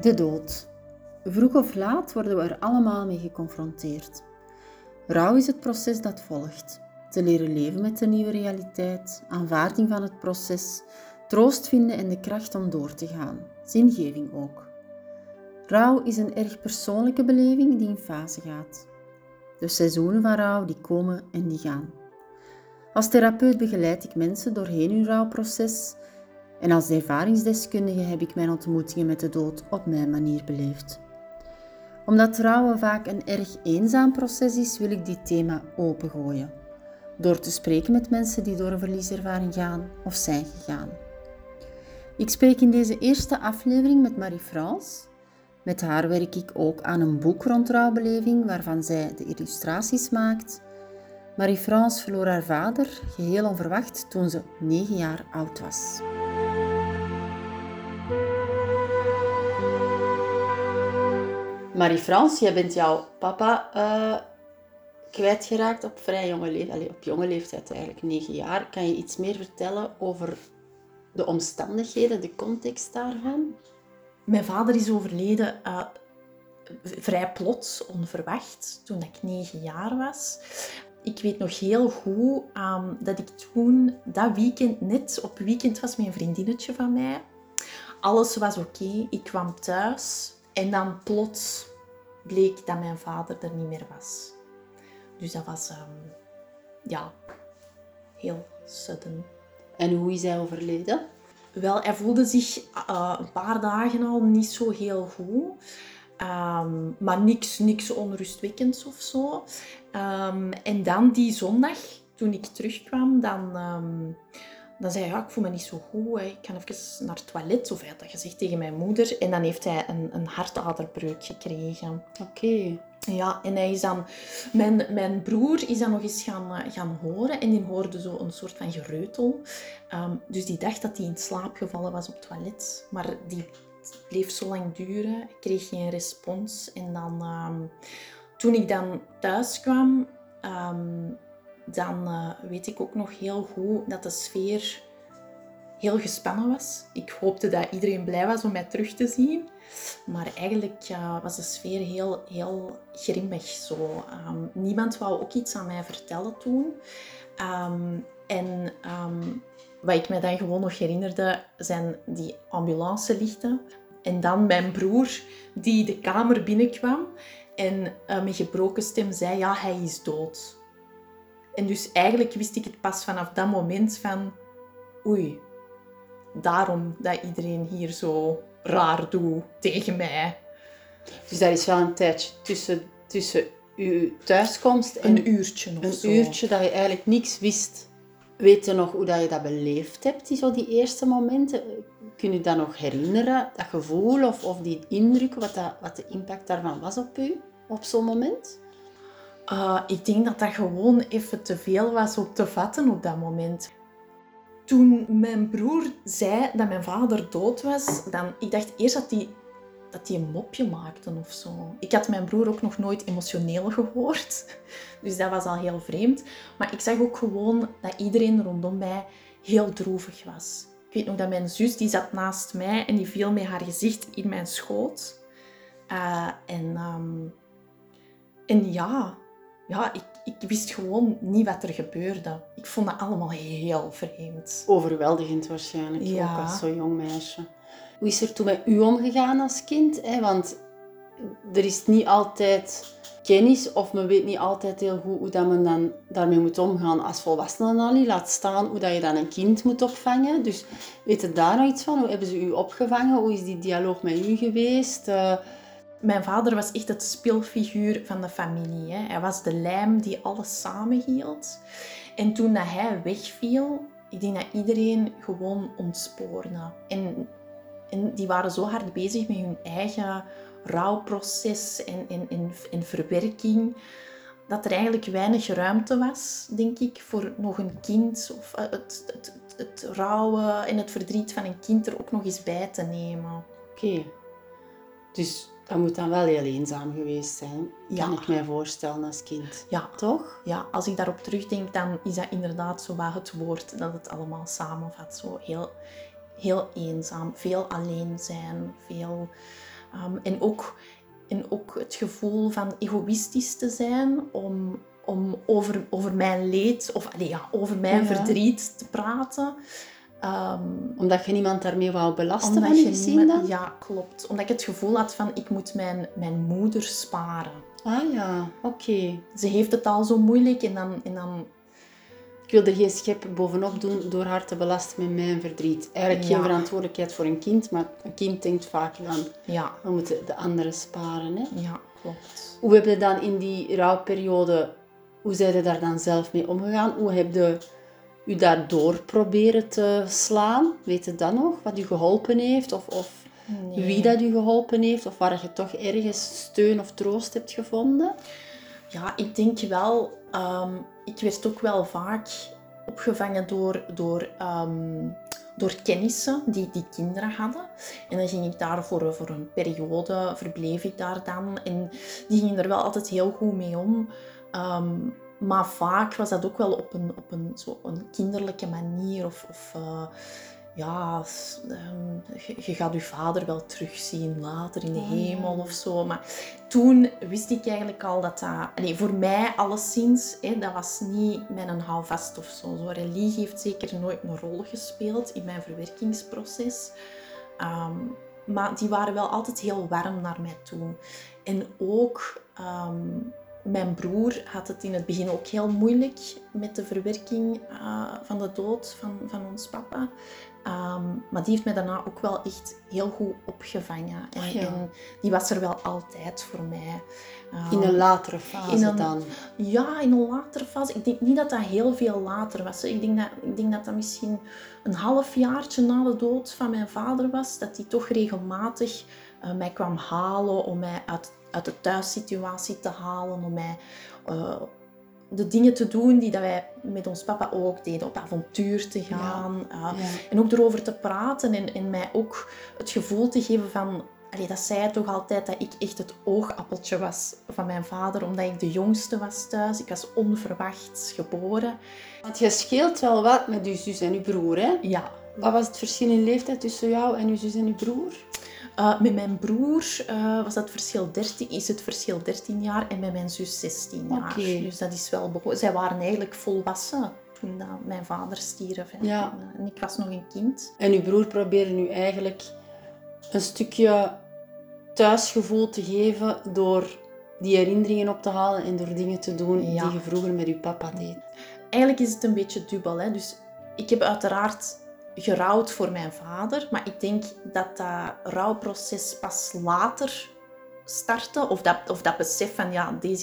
De dood. Vroeg of laat worden we er allemaal mee geconfronteerd. Rouw is het proces dat volgt. Te leren leven met de nieuwe realiteit, aanvaarding van het proces, troost vinden en de kracht om door te gaan. Zingeving ook. Rouw is een erg persoonlijke beleving die in fase gaat. De seizoenen van rouw die komen en die gaan. Als therapeut begeleid ik mensen doorheen hun rouwproces en als ervaringsdeskundige heb ik mijn ontmoetingen met de dood op mijn manier beleefd. Omdat rouwen vaak een erg eenzaam proces is, wil ik dit thema opengooien. Door te spreken met mensen die door een verlieservaring gaan of zijn gegaan. Ik spreek in deze eerste aflevering met Marie-France. Met haar werk ik ook aan een boek rond rouwbeleving waarvan zij de illustraties maakt. Marie-France verloor haar vader geheel onverwacht toen ze 9 jaar oud was. Marie-France, jij bent jouw papa kwijtgeraakt op vrij jonge leeftijd. Op jonge leeftijd eigenlijk, 9 jaar. Kan je iets meer vertellen over de omstandigheden, de context daarvan? Mijn vader is overleden vrij plots, onverwacht, toen ik 9 jaar was. Ik weet nog heel goed dat ik toen dat weekend net op weekend was met een vriendinnetje van mij. Alles was oké. Ik kwam thuis en dan plots bleek dat mijn vader er niet meer was. Dus dat was heel sudden. En hoe is hij overleden? Wel, hij voelde zich een paar dagen al niet zo heel goed. Maar niks onrustwekkends of zo. En dan die zondag, toen ik terugkwam, dan zei hij, ik voel me niet zo goed. Ik ga even naar het toilet. Of hij had dat gezegd tegen mijn moeder. En dan heeft hij een hartaderbreuk gekregen. Oké. Ja, en hij is dan... Mijn broer is dan nog eens gaan horen. En die hoorde zo een soort van gereutel. Dus die dacht dat hij in slaap gevallen was op het toilet. Maar die bleef zo lang duren. Ik kreeg geen respons. En dan... toen ik dan thuis kwam... dan weet ik ook nog heel goed dat de sfeer heel gespannen was. Ik hoopte dat iedereen blij was om mij terug te zien. Maar eigenlijk was de sfeer heel grimmig. Zo. Niemand wou ook iets aan mij vertellen toen. Wat ik me dan gewoon nog herinnerde, zijn die ambulancelichten. En dan mijn broer die de kamer binnenkwam en met gebroken stem zei, ja, hij is dood. En dus eigenlijk wist ik het pas vanaf dat moment van... Oei, daarom dat iedereen hier zo raar doet tegen mij. Dus dat is wel een tijdje tussen uw thuiskomst en een uurtje of zo. Een uurtje dat je eigenlijk niks wist. Weet je nog hoe dat je dat beleefd hebt, die eerste momenten? Kun je dat nog herinneren, dat gevoel of die indruk, wat de impact daarvan was op u, op zo'n moment? Ik denk dat dat gewoon even te veel was om te vatten op dat moment. Toen mijn broer zei dat mijn vader dood was, ik dacht eerst dat hij een mopje maakte of zo. Ik had mijn broer ook nog nooit emotioneel gehoord. Dus dat was al heel vreemd. Maar ik zag ook gewoon dat iedereen rondom mij heel droevig was. Ik weet nog dat mijn zus, die zat naast mij en die viel met haar gezicht in mijn schoot. Ik wist gewoon niet wat er gebeurde. Ik vond dat allemaal heel vreemd. Overweldigend waarschijnlijk, ook als zo'n jong meisje. Hoe is er toen met u omgegaan als kind? Want er is niet altijd kennis of men weet niet altijd heel goed hoe dat men dan daarmee moet omgaan als volwassene al niet. Laat staan hoe dat je dan een kind moet opvangen. Dus weet je daar nog iets van? Hoe hebben ze u opgevangen? Hoe is die dialoog met u geweest? Mijn vader was echt het speelfiguur van de familie. Hè. Hij was de lijm die alles samenhield. En toen dat hij wegviel, ik denk dat iedereen gewoon ontspoorde. En die waren zo hard bezig met hun eigen rouwproces en verwerking, dat er eigenlijk weinig ruimte was, denk ik, voor nog een kind of het rouwen en het verdriet van een kind er ook nog eens bij te nemen. Oké. Dus dat moet dan wel heel eenzaam geweest zijn, kan ik mij voorstellen als kind. Ja. Toch? Ja, als ik daarop terugdenk, dan is dat inderdaad zo wat het woord dat het allemaal samenvat. Zo heel eenzaam, veel alleen zijn, veel En ook het gevoel van egoïstisch te zijn om over mijn leed of over mijn verdriet te praten. Omdat je niemand daarmee wou belasten Omdat van je je gezin dan? Ja, klopt. Omdat ik het gevoel had van ik moet mijn moeder sparen. Ah ja, oké. Ze heeft het al zo moeilijk en dan Ik wil er geen schep bovenop doen door haar te belasten met mijn verdriet. Eigenlijk geen verantwoordelijkheid voor een kind, maar een kind denkt vaak dan, we moeten de anderen sparen. Hè? Ja, klopt. Hoe heb je dan in die rouwperiode, hoe zijn je daar dan zelf mee omgegaan? Hoe heb je je daardoor proberen te slaan? Weet je dat nog? Wat je geholpen heeft? Of wie dat je geholpen heeft? Of waar je toch ergens steun of troost hebt gevonden? Ja, ik denk wel. Ik werd ook wel vaak opgevangen door kennissen die kinderen hadden. En dan ging ik daar voor een periode, verbleef ik daar dan. En die gingen er wel altijd heel goed mee om. Maar vaak was dat ook wel op een kinderlijke manier. Je gaat je vader wel terugzien later in de hemel of zo. Maar toen wist ik eigenlijk al dat voor mij alleszins, dat was niet mijn houvast of zo. Zo, religie heeft zeker nooit een rol gespeeld in mijn verwerkingsproces. Maar die waren wel altijd heel warm naar mij toe. En ook mijn broer had het in het begin ook heel moeilijk met de verwerking van de dood van ons papa. Maar die heeft mij daarna ook wel echt heel goed opgevangen. En die was er wel altijd voor mij. In een latere fase dan? Ja, in een latere fase. Ik denk niet dat dat heel veel later was. Ik denk dat dat misschien een halfjaartje na de dood van mijn vader was. Dat hij toch regelmatig mij kwam halen om mij uit de thuissituatie te halen. Om mij de dingen te doen die dat wij met ons papa ook deden. Op avontuur te gaan. En ook erover te praten. En mij ook het gevoel te geven van... dat zei hij toch altijd, dat ik echt het oogappeltje was van mijn vader. Omdat ik de jongste was thuis. Ik was onverwachts geboren. Want je scheelt wel wat met je zus en je broer, hè? Ja. Wat was het verschil in leeftijd tussen jou en je zus en je broer? Met mijn broer is het verschil 13 jaar en met mijn zus 16 jaar. Okay. Dus dat is wel behoorlijk. Zij waren eigenlijk volwassen toen mijn vader stierf. En ik was nog een kind. En uw broer probeerde nu eigenlijk een stukje thuisgevoel te geven door die herinneringen op te halen en door dingen te doen die je vroeger met uw papa deed. Eigenlijk is het een beetje dubbel. Hè? Dus ik heb uiteraard gerouwd voor mijn vader, maar ik denk dat dat rouwproces pas later startte. Of dat besef van,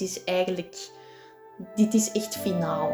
dit is echt finaal.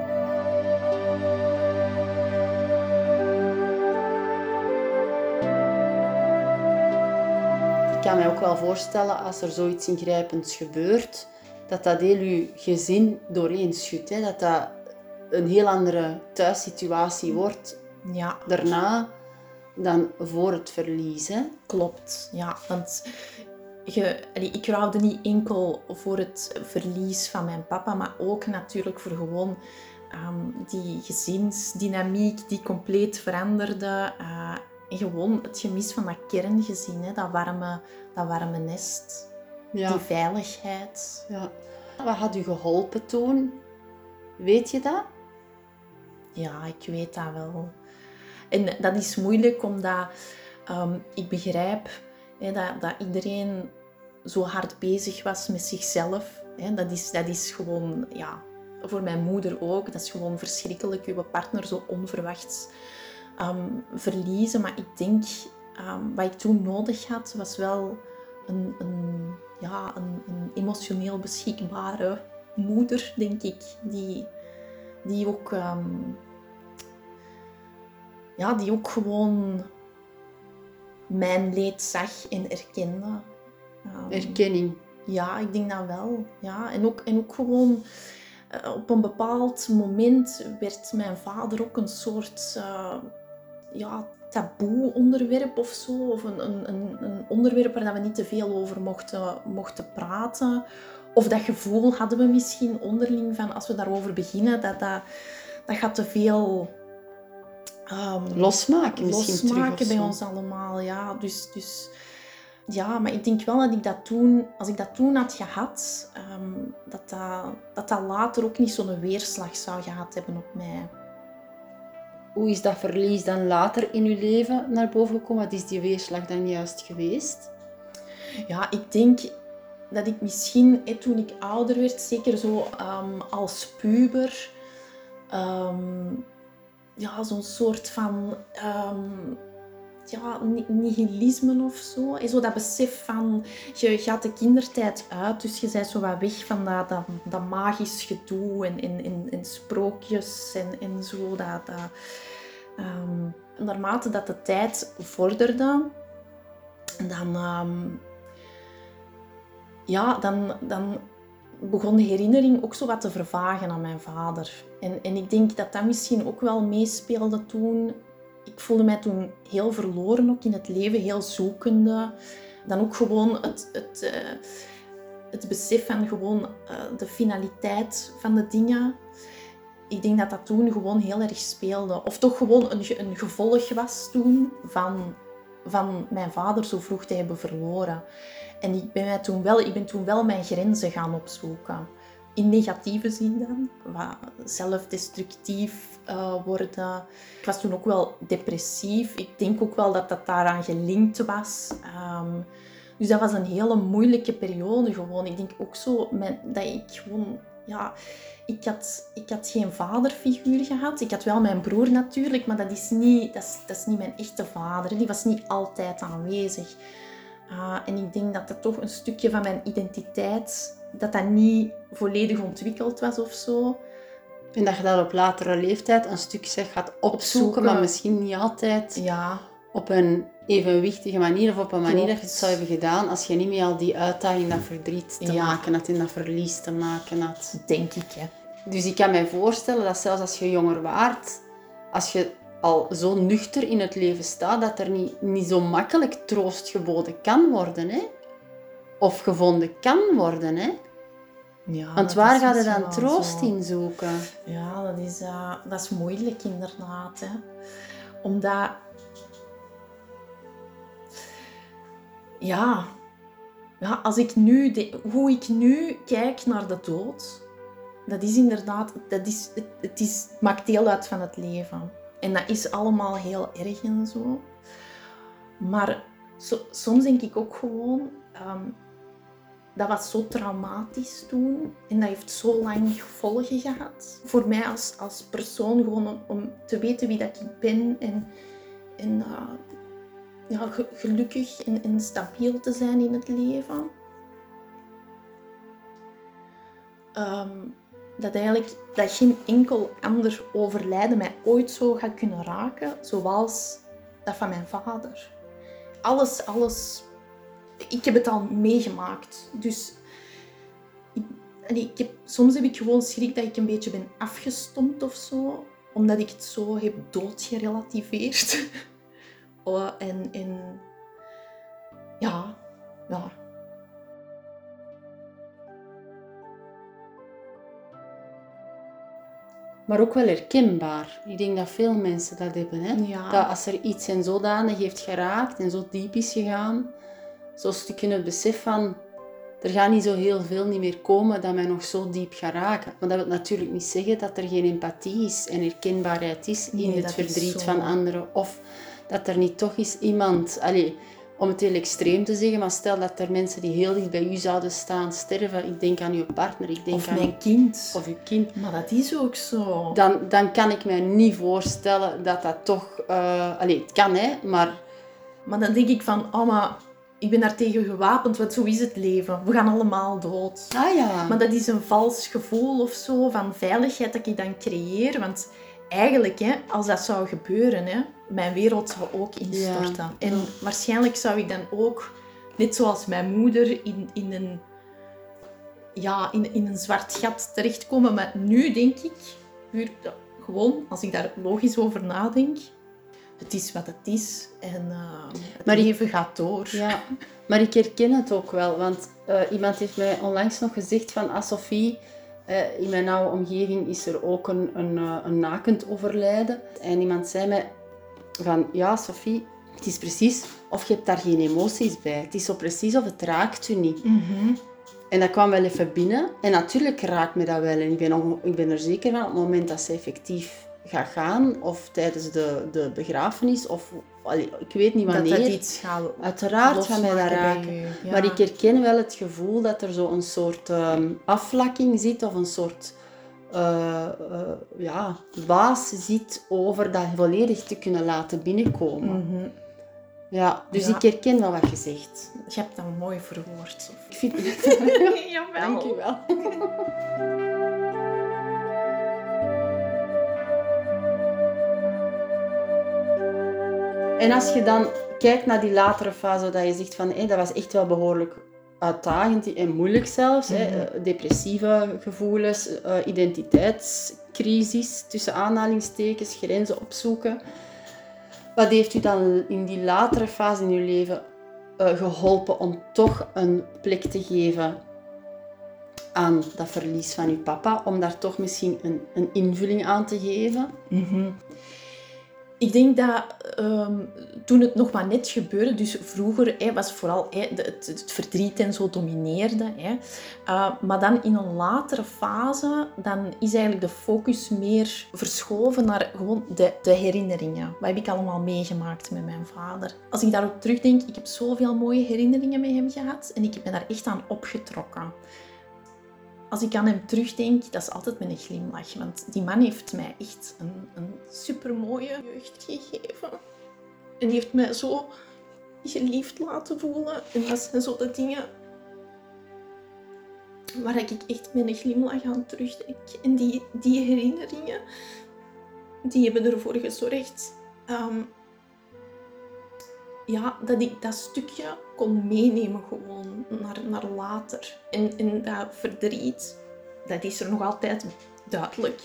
Ik kan mij ook wel voorstellen, als er zoiets ingrijpends gebeurt, dat heel je gezin doorheen schudt. Hè? Dat een heel andere thuissituatie wordt daarna dan voor het verlies. Hè? Klopt, ja. Want ik rouwde niet enkel voor het verlies van mijn papa, maar ook natuurlijk voor gewoon die gezinsdynamiek die compleet veranderde. En gewoon het gemis van dat kerngezin, hè, dat warme nest, die veiligheid. Ja. Wat had u geholpen toen? Weet je dat? Ja, ik weet dat wel. En dat is moeilijk, omdat ik begrijp dat iedereen zo hard bezig was met zichzelf. Hè. Dat is gewoon, voor mijn moeder ook, dat is gewoon verschrikkelijk. Uw partner zo onverwachts verliezen. Maar ik denk, wat ik toen nodig had, was wel een emotioneel beschikbare moeder, denk ik. Die ook gewoon mijn leed zag en erkende. Erkenning. Ja, ik denk dat wel. Ja, en ook gewoon op een bepaald moment werd mijn vader ook een soort taboe onderwerp of zo. Of een onderwerp waar we niet te veel over mochten praten. Of dat gevoel hadden we misschien onderling van, als we daarover beginnen, dat gaat te veel losmaken misschien terug bij ons allemaal. Ja. Dus Ja, maar ik denk wel dat ik dat toen, als ik dat toen had gehad, dat later ook niet zo'n weerslag zou gehad hebben op mij. Hoe is dat verlies dan later in je leven naar boven gekomen? Wat is die weerslag dan juist geweest? Ja, ik denk dat ik misschien, toen ik ouder werd, zeker zo als puber, ja, zo'n soort van nihilisme of zo. En zo dat besef van, je gaat de kindertijd uit, dus je bent zo wat weg van dat magisch gedoe en sprookjes en zo. Naarmate dat de tijd vorderde, dan begon de herinnering ook zo wat te vervagen aan mijn vader. En ik denk dat dat misschien ook wel meespeelde toen. Ik voelde mij toen heel verloren ook in het leven, heel zoekende. Dan ook gewoon het besef van gewoon de finaliteit van de dingen. Ik denk dat dat toen gewoon heel erg speelde. Of toch gewoon een gevolg was toen van mijn vader zo vroeg te hebben verloren. En ik ben toen wel mijn grenzen gaan opzoeken. In negatieve zin dan. Zelfdestructief worden. Ik was toen ook wel depressief. Ik denk ook wel dat dat daaraan gelinkt was. Dus dat was een hele moeilijke periode gewoon. Ik denk ook zo dat ik gewoon... Ja, ik had geen vaderfiguur gehad. Ik had wel mijn broer natuurlijk, maar dat is niet mijn echte vader. Die was niet altijd aanwezig. En ik denk dat dat toch een stukje van mijn identiteit, dat niet volledig ontwikkeld was of zo. En dat je dat op latere leeftijd een stukje gaat opzoeken, maar misschien niet altijd op een evenwichtige manier of op een manier dat je het zou hebben gedaan als je niet meer al die uitdaging, dat verdriet te maken had en dat verlies te maken had. Denk ik, hè. Dus ik kan mij voorstellen dat zelfs als je jonger waart, als je al zo nuchter in het leven staat, dat er niet zo makkelijk troost geboden kan worden, hè? Of gevonden kan worden, hè? Ja, want waar ga je dan troost in zoeken? Ja, dat is moeilijk inderdaad, hè. Omdat... Ja, als ik hoe ik nu kijk naar de dood, dat is inderdaad... Het maakt deel uit van het leven. En dat is allemaal heel erg en zo. Maar soms denk ik ook gewoon... dat was zo traumatisch toen. En dat heeft zo lang gevolgen gehad. Voor mij als persoon, gewoon om te weten wie dat ik ben. En gelukkig en stabiel te zijn in het leven. Dat geen enkel ander overlijden mij ooit zo gaat kunnen raken, zoals dat van mijn vader. Alles. Ik heb het al meegemaakt. Dus soms heb ik gewoon schrik dat ik een beetje ben afgestompt of zo, omdat ik het zo heb doodgerelativeerd. Ja. Maar ook wel herkenbaar. Ik denk dat veel mensen dat hebben. Hè? Ja. Dat als er iets en zodanig heeft geraakt en zo diep is gegaan, zo'n stukje het besef van, er gaat niet zo heel veel niet meer komen dat mij nog zo diep gaat raken. Maar dat wil natuurlijk niet zeggen dat er geen empathie is en herkenbaarheid is in het verdriet van anderen. Of dat er niet toch is iemand... om het heel extreem te zeggen, maar stel dat er mensen die heel dicht bij u zouden staan sterven. Ik denk aan uw partner, ik denk of aan mijn kind. Of uw kind. Maar dat is ook zo. Dan kan ik mij niet voorstellen dat dat toch... het kan, hè, maar... Maar dan denk ik van, maar ik ben daartegen gewapend, want zo is het leven. We gaan allemaal dood. Ah ja. Maar dat is een vals gevoel of zo van veiligheid dat ik dan creëer. Want eigenlijk, hè, als dat zou gebeuren, hè, mijn wereld zou ook instorten. Ja. En waarschijnlijk zou ik dan ook, net zoals mijn moeder, in een zwart gat terechtkomen. Maar nu denk ik, gewoon, als ik daar logisch over nadenk, het is wat het is en het leven gaat door. Ja, maar ik herken het ook wel, want iemand heeft mij onlangs nog gezegd van, Sophie, in mijn oude omgeving is er ook een nakend overlijden. En iemand zei mij van, ja Sophie, Het is precies of je hebt daar geen emoties bij. Het is zo precies of het raakt u niet. En dat kwam wel even binnen. En natuurlijk raakt me dat wel. En ik ben er zeker van, op het moment dat ze effectief gaat gaan, of tijdens de begrafenis, of ik weet niet wanneer. Dat iets gaat uiteraard gaat mij dat raken. Ja. Maar ik herken wel het gevoel dat er zo een soort afvlakking zit, of een soort waas zit over dat volledig te kunnen laten binnenkomen. Ja, dus ik herken wel wat je zegt. Je hebt dat mooi verwoord. Ik vind het. Jawel. Dank u wel. En als je dan kijkt naar die latere fase, dat je zegt van dat was echt wel behoorlijk uitdagend en moeilijk zelfs. Depressieve gevoelens, identiteitscrisis, tussen aanhalingstekens, grenzen opzoeken. Wat heeft u dan in die latere fase in uw leven geholpen om toch een plek te geven aan dat verlies van uw papa? Om daar toch misschien een invulling aan te geven? Ik denk dat toen het nog maar net gebeurde, dus vroeger was vooral het verdriet en zo domineerde. Maar dan in een latere fase, dan is eigenlijk de focus meer verschoven naar gewoon de herinneringen. Wat heb ik allemaal meegemaakt met mijn vader? Als ik daarop terugdenk, ik heb zoveel mooie herinneringen met hem gehad en ik ben daar echt aan opgetrokken. Als ik aan hem terugdenk, dat is altijd met een glimlach. Want die man heeft mij echt een supermooie jeugd gegeven. En die heeft mij zo geliefd laten voelen. En dat zijn zo de dingen waar ik echt met een glimlach aan terugdenk. En die herinneringen, die hebben ervoor gezorgd dat ik dat stukje kon meenemen gewoon naar later. En dat verdriet, dat is er nog altijd duidelijk.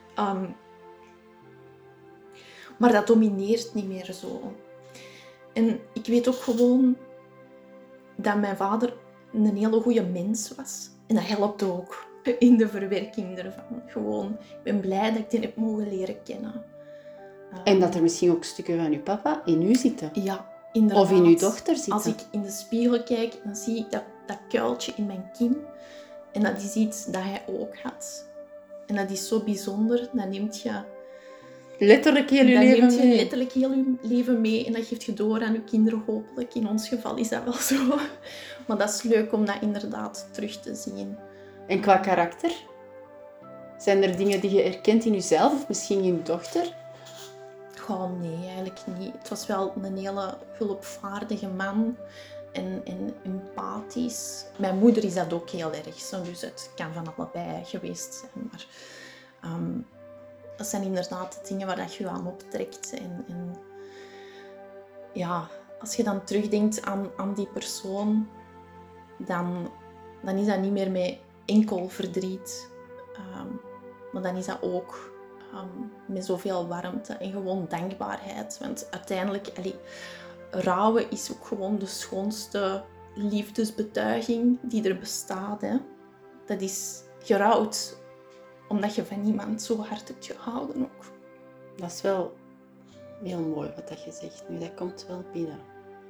Maar dat domineert niet meer zo. En ik weet ook gewoon dat mijn vader een hele goede mens was. En dat helpt ook in de verwerking ervan. Gewoon, ik ben blij dat ik die heb mogen leren kennen. En dat er misschien ook stukken van uw papa in u zitten. Ja. Inderdaad. Of in uw dochter zitten. Als ik in de spiegel kijk, dan zie ik dat kuiltje in mijn kin. En dat is iets dat hij ook had. En dat is zo bijzonder. Dat neemt je letterlijk heel je leven mee. Letterlijk heel je leven mee. En dat geeft je door aan je kinderen hopelijk. In ons geval is dat wel zo. Maar dat is leuk om dat inderdaad terug te zien. En qua karakter? Zijn er dingen die je herkent in jezelf of misschien in je dochter? Oh, nee, eigenlijk niet. Het was wel een hele hulpvaardige man en empathisch. Mijn moeder is dat ook heel erg, zo, dus het kan van allebei geweest zijn. Maar dat zijn inderdaad de dingen waar dat je aan optrekt. En ja, als je dan terugdenkt aan die persoon, dan is dat niet meer met enkel verdriet. Maar dan is dat ook met zoveel warmte en gewoon dankbaarheid. Want uiteindelijk, rouwen is ook gewoon de schoonste liefdesbetuiging die er bestaat. Hè. Dat is gerouwd omdat je van iemand zo hard hebt gehouden ook. Dat is wel heel mooi wat dat je zegt nu. Dat komt wel binnen.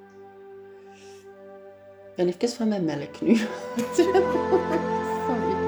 Ik ben even van mijn melk nu. Sorry.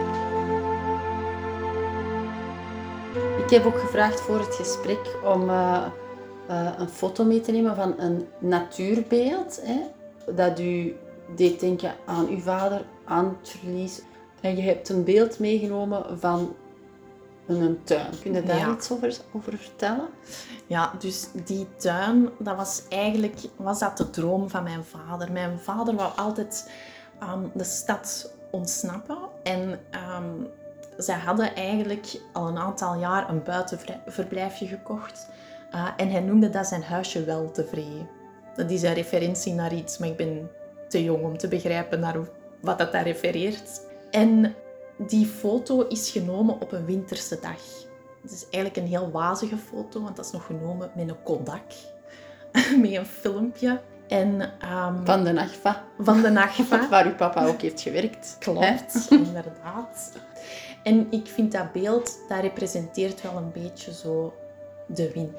Ik heb ook gevraagd voor het gesprek om een foto mee te nemen van een natuurbeeld. Dat u deed denken aan uw vader, aan het verlies. En je hebt een beeld meegenomen van een tuin. Kun je daar iets over vertellen? Ja, dus die tuin, was dat de droom van mijn vader. Mijn vader wou altijd de stad ontsnappen. En zij hadden eigenlijk al een aantal jaar een buitenverblijfje gekocht. En hij noemde dat zijn huisje wel tevreden. Dat is een referentie naar iets, maar ik ben te jong om te begrijpen naar wat dat daar refereert. En die foto is genomen op een winterse dag. Het is eigenlijk een heel wazige foto, want dat is nog genomen met een Kodak. Met een filmpje. En, van de NAGVA. Van de NAGVA. Waar uw papa ook heeft gewerkt. Klopt, inderdaad. En ik vind dat beeld, dat representeert wel een beetje zo de winter.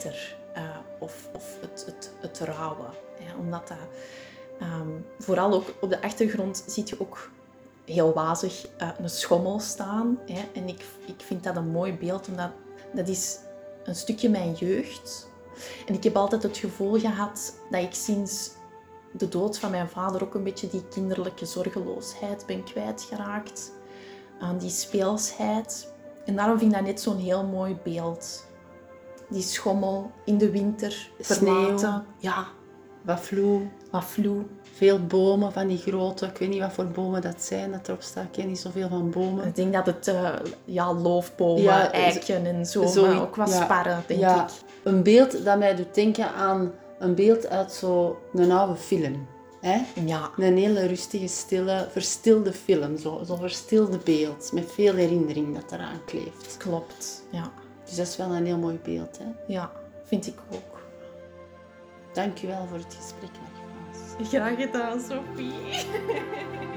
of het rouwen. Hè, omdat dat... vooral ook op de achtergrond zie je ook heel wazig een schommel staan. Hè. En ik vind dat een mooi beeld, omdat dat is een stukje mijn jeugd. En ik heb altijd het gevoel gehad dat ik sinds de dood van mijn vader ook een beetje die kinderlijke zorgeloosheid ben kwijtgeraakt. Die speelsheid. En daarom vind ik dat net zo'n heel mooi beeld. Die schommel in de winter, verlaten. Sneeuw. Ja, Wat vloe. Veel bomen, van die grote, ik weet niet wat voor bomen dat zijn, dat erop staat. Ik ken niet zoveel van bomen. ik denk dat het loofbomen, eiken en zo maar ook wat sparren, denk ik. Een beeld dat mij doet denken aan een beeld uit zo'n oude film. Hè? Ja. Een hele rustige, stille, verstilde film. Zo'n verstilde beeld, met veel herinnering dat eraan kleeft. Klopt, ja. Dus dat is wel een heel mooi beeld. Hè? Ja, vind ik ook. Dank je wel voor het gesprek, Margriet. Graag gedaan, Sophie.